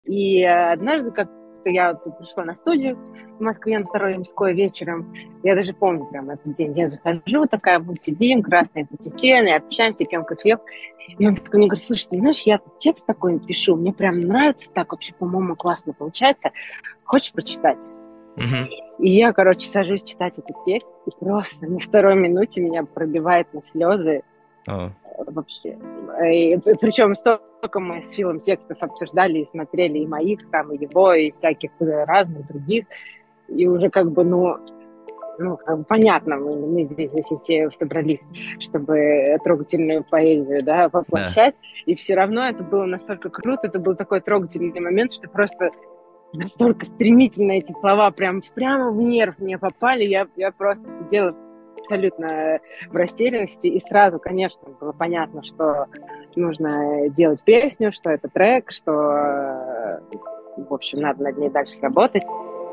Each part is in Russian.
И однажды как я вот пришла на студию в Москве на Второй Ямской вечером. Я даже помню прям этот день. Я захожу, такая, мы сидим, красные эти стены, общаемся, пьем кофе. И он такой мне говорит: слушай, ты знаешь, я текст такой пишу, мне прям нравится так, вообще, по-моему, классно получается. Хочешь прочитать? Мгм. И я, короче, сажусь читать этот текст, и просто на второй минуте меня пробивает на слезы О, вообще. И причем столько мы с Филом текстов обсуждали и смотрели, и моих там, и его, и всяких разных других. И уже как бы, как бы понятно, мы здесь все собрались, чтобы трогательную поэзию, да, да. воплощать. И все равно это было настолько круто, это был такой трогательный момент, что просто настолько стремительно эти слова прямо в нерв мне попали. Я просто сидела абсолютно в растерянности. И сразу, конечно, было понятно, что нужно делать песню, что это трек, что, в общем, надо над ней дальше работать.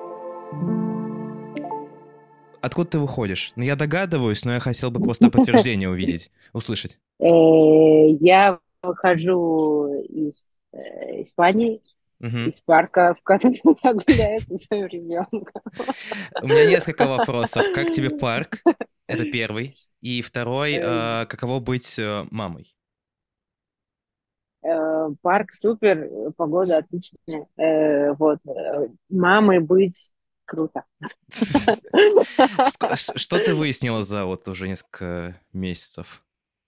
Откуда ты выходишь? Ну, я догадываюсь, но я хотел бы просто подтверждение увидеть, услышать. Я выхожу из Испании, Мгм. из парка, в котором я гуляю со своим ребенком. У меня несколько вопросов. Как тебе парк? Это первый. И второй, каково быть мамой? Парк супер, погода отличная. Мамой быть круто. Что ты выяснила за вот уже несколько месяцев?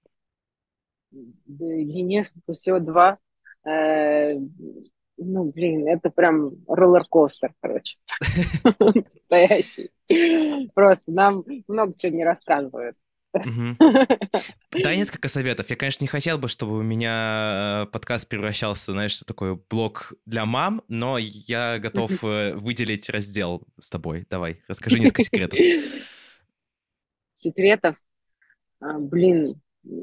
Да и несколько, всего два. Э, Ну, блин, это прям роллер-костер, короче. Настоящий. Просто нам много чего не рассказывают. Мгм. Дай несколько советов. Я, конечно, не хотел бы, чтобы у меня подкаст превращался, знаешь, в такой блог для мам, но я готов выделить раздел с тобой. Давай, расскажи несколько секретов. Секретов, блин,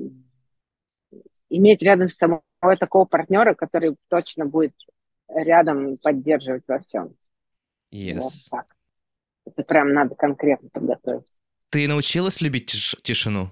иметь рядом с собой такого партнера, который точно будет рядом поддерживать во всем. Вот Yes. так. Это прям надо конкретно подготовиться. Ты научилась любить тишину?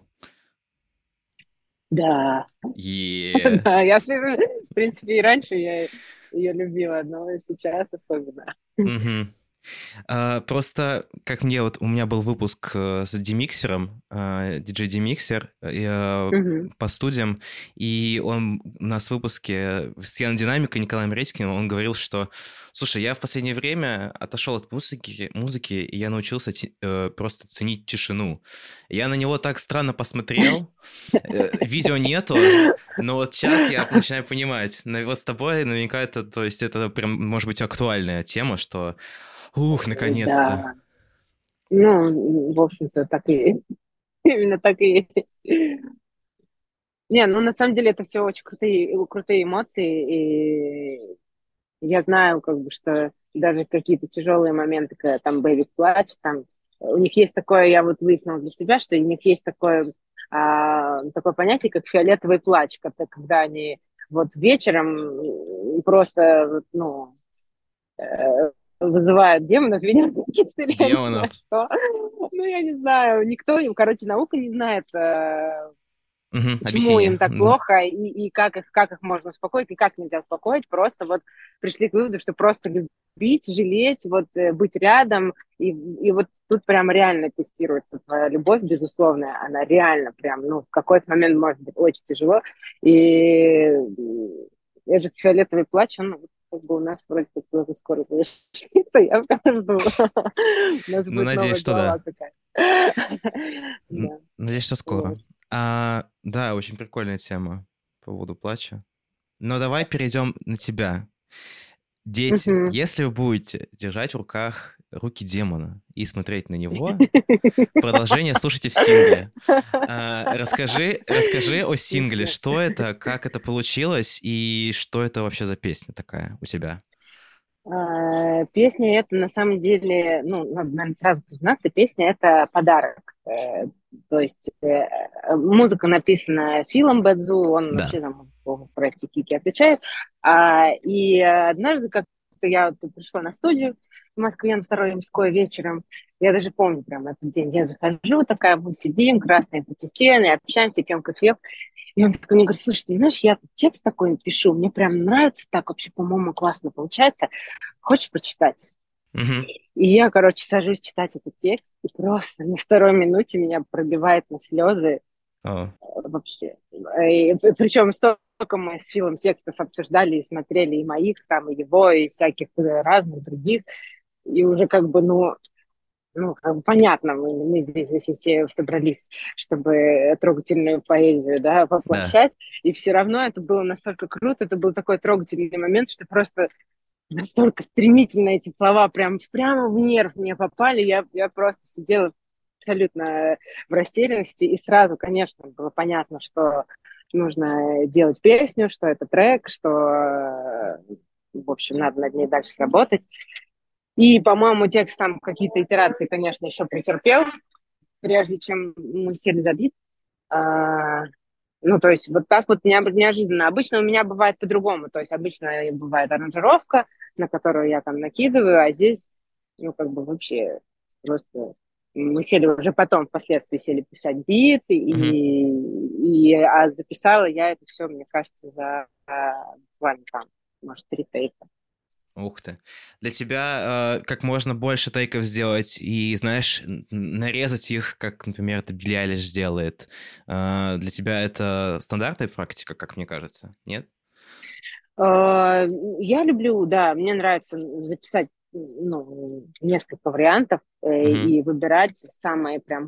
Да, Е. да, в принципе, и раньше я ее любила, но сейчас особенно. Мгм. Просто, как мне вот, у меня был выпуск с демиксером, диджей Демиксер, Мгм. по студиям, и он у нас в выпуске с Яндинамикой Николаем Редькиным, он говорил, что, слушай, я в последнее время отошел от музыки, и я научился просто ценить тишину. Я на него так странно посмотрел, видео нету, но вот сейчас я начинаю понимать, вот с тобой наверняка это, то есть это прям, может быть, актуальная тема, что ух, наконец-то. Да, в общем-то, так и именно так и есть. Не, на самом деле это все очень крутые эмоции, и я знаю, как бы, что даже какие-то тяжелые моменты, когда там Бэйби плачет, там у них есть такое, я вот выяснила для себя, что у них есть такое понятие, как фиолетовый плач, когда они вот вечером просто, вызывают демонов, меня каких-то, я не знаю, Демонов. что. Ну, я не знаю, никто, короче, наука не знает, Мгм, почему объяснение. им так плохо и как их можно успокоить, и как нельзя успокоить. Просто вот пришли к выводу, что просто любить, жалеть, вот быть рядом. И вот тут прям реально тестируется твоя любовь, безусловная. Она реально прям, в какой-то момент может быть очень тяжело. И этот фиолетовый плач, он как бы у нас вроде как должен скоро завершиться. Я прям жду. У нас Ну, будет надеюсь, новая что глава да. какая. Да. Надеюсь, что скоро. Вот. Да, очень прикольная тема по поводу плача. Но давай перейдем на тебя. Дети, Мгм. если вы будете держать в руках руки демона и смотреть на него, продолжение слушайте в сингле. Расскажи о сингле. Отлично. Что это, как это получилось и что это вообще за песня такая у тебя? Песня это на самом деле, надо, наверное, сразу признаться, песня это подарок. То есть музыка написана Филом Бэдзу, он Да. вообще там в проекте Кики отвечает. И однажды как как-то я вот пришла на студию в Москве на второй мужской вечером. Я даже помню прям этот день. Я захожу такая, мы сидим, красные эти стены, общаемся, пьем кофе. И он такой мне говорит, слушай, ты знаешь, я текст такой пишу, мне прям нравится так, вообще, по-моему, классно получается. Хочешь прочитать? Мгм. И я, короче, сажусь читать этот текст, и просто на второй минуте меня пробивает на слезы О, вообще. Причем столько мы с Филом текстов обсуждали и смотрели, и моих там, и его, и всяких разных других. И уже как бы, ну, как бы понятно, мы здесь все собрались, чтобы трогательную поэзию, да, да. воплощать. И все равно это было настолько круто, это был такой трогательный момент, что просто настолько стремительно эти слова прямо в нерв мне попали. Я просто сидела абсолютно в растерянности. И сразу, конечно, было понятно, что нужно делать песню, что это трек, что, в общем, надо над ней дальше работать. И, по-моему, текст там какие-то итерации, конечно, еще претерпел, прежде чем мы сели за бит. А, ну, то есть вот так вот неожиданно. Обычно у меня бывает по-другому. То есть обычно бывает аранжировка, на которую я там накидываю, а здесь, ну, как бы вообще просто мы сели уже потом, впоследствии сели писать бит, Мгм. а записала я это все, мне кажется, за буквально там, может, 3 тейка. Ух ты. Для тебя как можно больше тейков сделать и, знаешь, нарезать их, как, например, это Билли Айлиш делает. Для тебя это стандартная практика, как мне кажется, нет? Я люблю, да, мне нравится записать, ну, несколько вариантов Мгм. и выбирать самые прям,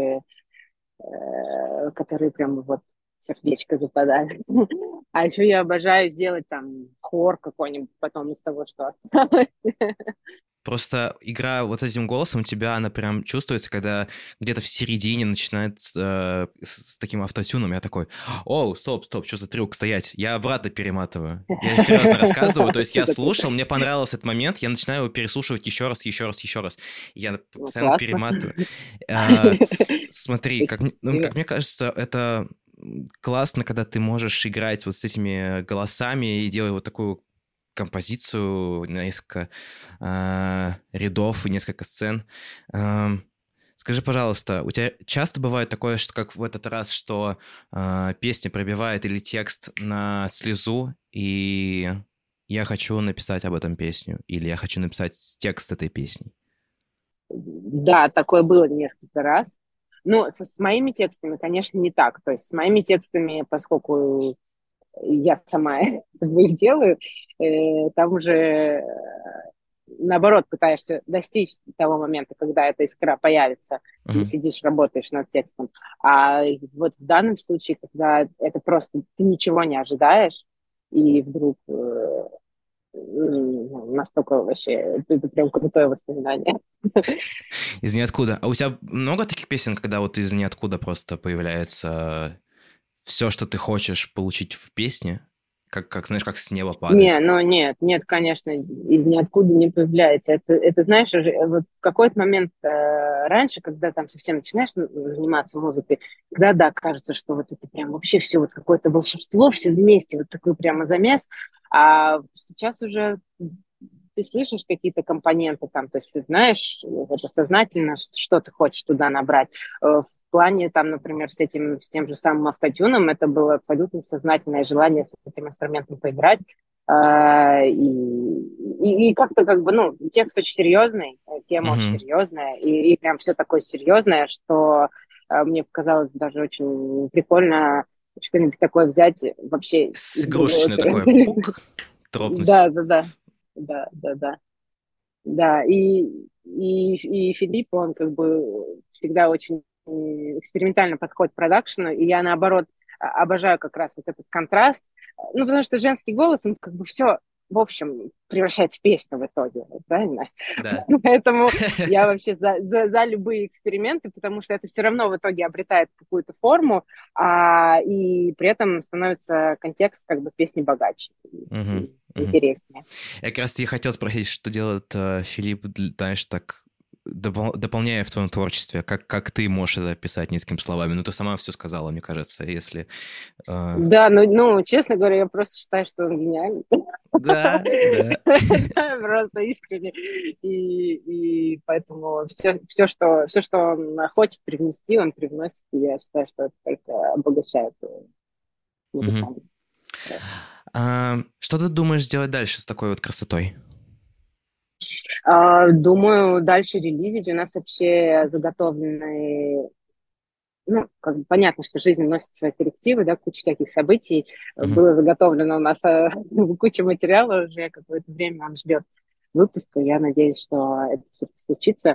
которые прям вот сердечко западают. А еще я обожаю сделать там хор какой-нибудь потом из того, что осталось. Просто игра вот этим голосом у тебя, она прям чувствуется, когда где-то в середине начинает с таким автотюном. Я такой, о, стоп, стоп, что за трюк, стоять. Я обратно перематываю. Я серьезно рассказываю. То есть я Супер, слушал, супер. мне понравился этот момент, я начинаю его переслушивать еще раз, еще раз, еще раз. Я Ну, постоянно классно. перематываю. А, Смотри, ну, Спасибо. как мне кажется, это классно, когда ты можешь играть вот с этими голосами и делать вот такую композицию на несколько рядов и несколько сцен. Ам, Скажи, пожалуйста, у тебя часто бывает такое, что как в этот раз, что песня пробивает или текст на слезу, и я хочу написать об этом песню, или я хочу написать текст этой песни? Да, такое было несколько раз. Но с моими текстами, конечно, не так. То есть с моими текстами, поскольку я сама как бы их делаю, там уже наоборот пытаешься достичь того момента, когда эта искра появится, и Мгм. сидишь, работаешь над текстом. А вот в данном случае, когда это просто ты ничего не ожидаешь, и вдруг настолько вообще, это прям крутое воспоминание. Из ниоткуда. А у тебя много таких песен, когда вот из ниоткуда просто появляется все, что ты хочешь получить в песне? Как знаешь, как с неба Не, падает? ну нет, конечно, из ниоткуда не появляется. Это знаешь, уже вот в какой-то момент раньше, когда там совсем начинаешь заниматься музыкой, когда, да, кажется, что вот это прям вообще все вот какое-то волшебство, все вместе, вот такой прямо замес. А сейчас уже ты слышишь какие-то компоненты там, то есть ты знаешь это сознательно, что ты хочешь туда набрать. В плане там, например, с тем же самым автотюном, это было абсолютно сознательное желание с этим инструментом поиграть. И как-то как бы, ну, текст очень серьезный, тема очень Мгм. серьезная, и прям все такое серьезное, что мне показалось даже очень прикольно что-нибудь такое взять вообще С из другого игрушечной такое, трека. пук, тропнуть. Да, да, да, да, да, да. Да, и Филипп, он как бы всегда очень экспериментально подходит к продакшену, и я, наоборот, обожаю как раз вот этот контраст. Ну, потому что женский голос, он как бы все, в общем, превращает в песню в итоге, правильно? Да. Поэтому я вообще за любые эксперименты, потому что это все равно в итоге обретает какую-то форму, и при этом становится контекст как бы песни богаче Мгм. и Мгм. интереснее. Я как раз таки хотел спросить, что делает Филипп, знаешь, так дополняя в твоем творчестве, как ты можешь это писать низкими словами. Ну, ты сама все сказала, мне кажется, если... э, Да, ну, честно говоря, я просто считаю, что он гениальный. Да, да. Просто искренне. И поэтому все, что он хочет привнести, он привносит. И я считаю, что это только обогащает Мгм. музыкальный процесс. Что ты думаешь сделать дальше с такой вот красотой? Думаю, дальше релизить. У нас вообще заготовлены, ну, как бы понятно, что жизнь носит свои коррективы, да, куча всяких событий. Мгм. Было заготовлено у нас куча материала уже какое-то время, он ждет выпуска. Я надеюсь, что это все-таки случится.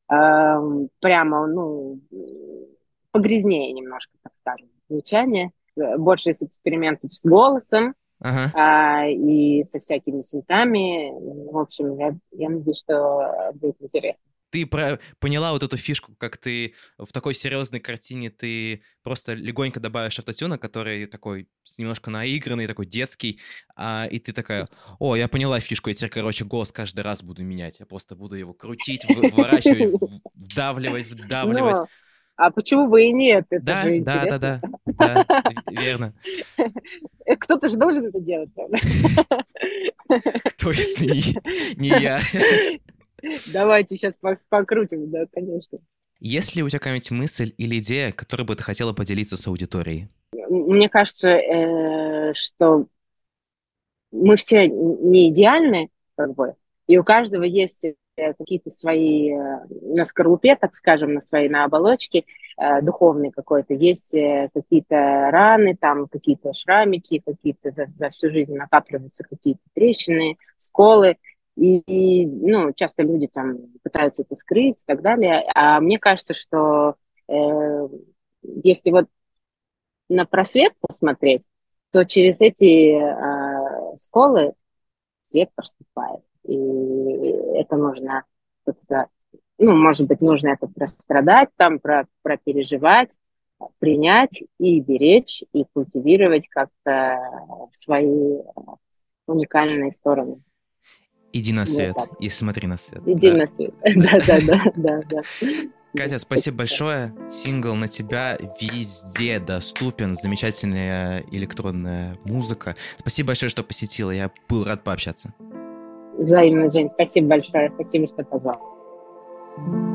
Прямо, ну, погрязнее немножко, так скажем, звучание. Больше из экспериментов с голосом, Ага. и со всякими синтами. В общем, я надеюсь, что будет интересно. Ты поняла вот эту фишку, как ты в такой серьезной картине ты просто легонько добавишь автотюна, который такой немножко наигранный, такой детский, и ты такая: о, я поняла фишку, я теперь, короче, голос каждый раз буду менять, я просто буду его крутить, вворачивать, вдавливать, вдавливать. Ну, а почему бы и нет? Это Да, же да, да, интересно. да, да, верно. Кто-то же должен это делать, правда? Кто, если не я? Давайте сейчас покрутим, да, конечно. Есть ли у тебя какая-нибудь мысль или идея, которой бы ты хотела поделиться с аудиторией? Мне кажется, что мы все не идеальны, как бы, и у каждого есть какие-то свои на скорлупе, так скажем, на оболочке духовной какой-то, есть какие-то раны, там какие-то шрамики, какие-то за всю жизнь накапливаются какие-то трещины, сколы, ну, часто люди там пытаются это скрыть и так далее, а мне кажется, что э, если вот на просвет посмотреть, то через эти сколы свет проступает. И это нужно как-то, ну, может быть, нужно это прострадать, там, пропереживать, принять и беречь, и культивировать как-то свои уникальные стороны. Иди на Вот свет так. и смотри на свет. Иди Да, на свет. да. Да, да, да, да, да. Да, Катя, спасибо спасибо. большое. Сингл на тебя везде доступен. Замечательная электронная музыка. Спасибо большое, что посетила. Я был рад пообщаться. Взаимно, Жень. Спасибо большое. Спасибо, что позвал.